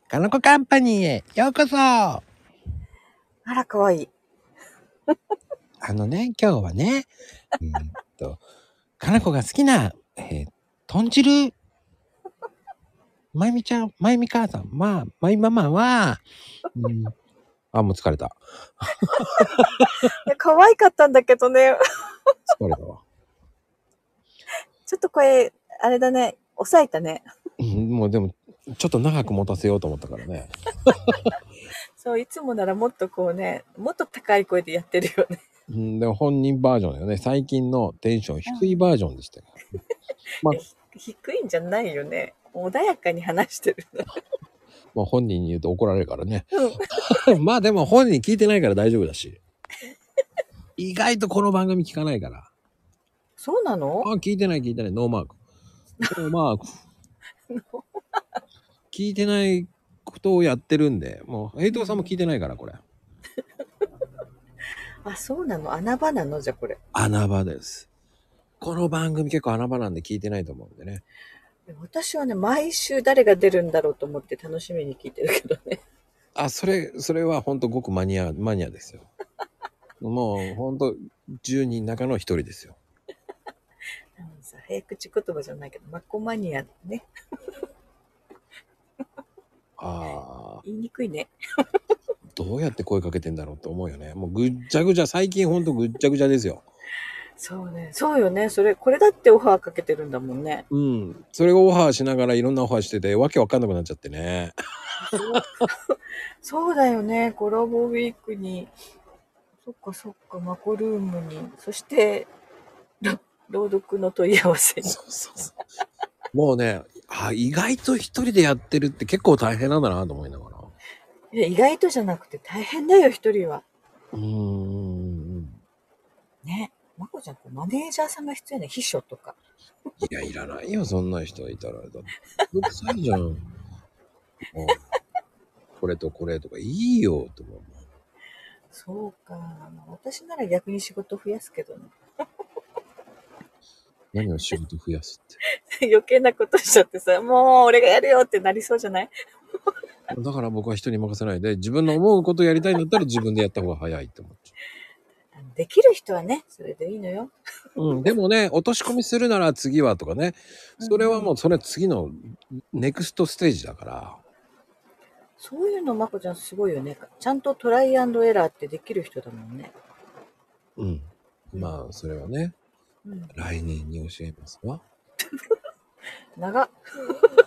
かなこカンパニーへようこそ。 あら、かわいい。 今日はね、かなこが好きな、豚汁、まゆみちゃん、まゆみ母さん、まゆママは、もう疲れた。 可愛かったんだけどね。 疲れたわ。 ちょっと声、あれだね。抑えたね。 もうでも、ちょっと長く持たせようと思ったからね。 そう、いつもならもっとこうね、もっと高い声でやってるよね。 でも本人バージョンよね。最近のテンション低いバージョンでしたよ。 低いんじゃないよね。穏やかに話してる。 本人に言うと怒られるからね。 うん。 まあでも本人聞いてないから大丈夫だし。意外とこの番組聞かないから。 そうなの？ 聞いてない。ノーマーク。ノーマーク。聞いてないことをやってるんで、もう、ヘイトさんも聞いてないから、これ。 あ、そうなの？穴場なの？じゃあこれ。 穴場です。この番組結構穴場なんで聞いてないと思うんでね。 私はね、毎週誰が出るんだろうと思って楽しみに聞いてるけどね。 それは本当ごくマニアですよ。もう本当10人の中の一人ですよ。 さ、早口言葉じゃないけど、マコマニアね。言いにくいね。 どうやって声かけてんだろうって思うよね。もうぐっちゃぐちゃ、最近ほんとぐっちゃぐちゃですよ。 そうね。そうよね。これだってオファーかけてるんだもんね。 それをオファーしながらいろんなオファーしてて、わけわかんなくなっちゃってね。 そうだよね。コラボウィークに、そっか、マコルームに、そして、朗読の問い合わせに。 そう。もうね、意外と一人でやってるって結構大変なんだなと思いながら。 いや、意外とじゃなくて大変だよ、一人は。ね。マコちゃん、マネージャーさんが必要やね。秘書とか。 いや、いらないよ、そんな人いたら。だって、うるさいじゃん。もうこれとこれとかいいよ、と思う。 そうか。私なら逆に仕事増やすけどね。 何を仕事増やすっ余計なことしちゃってさ、もう俺がやるよってなりそうじゃない？ て。だから僕は人に任せないで、自分の思うことやりたいんだったら自分でやった方が早いって思っちゃできる人はね、それでいいのよ。 う。でもね、落とし込みするなら次はとかね。それはもうそれ次のネクストステージだから。 そういうのまこちゃんすごいよね。ちゃんとトライアンドエラーってできる人だもんね。 まあ、それはね、来年に教えますわ。 長っ。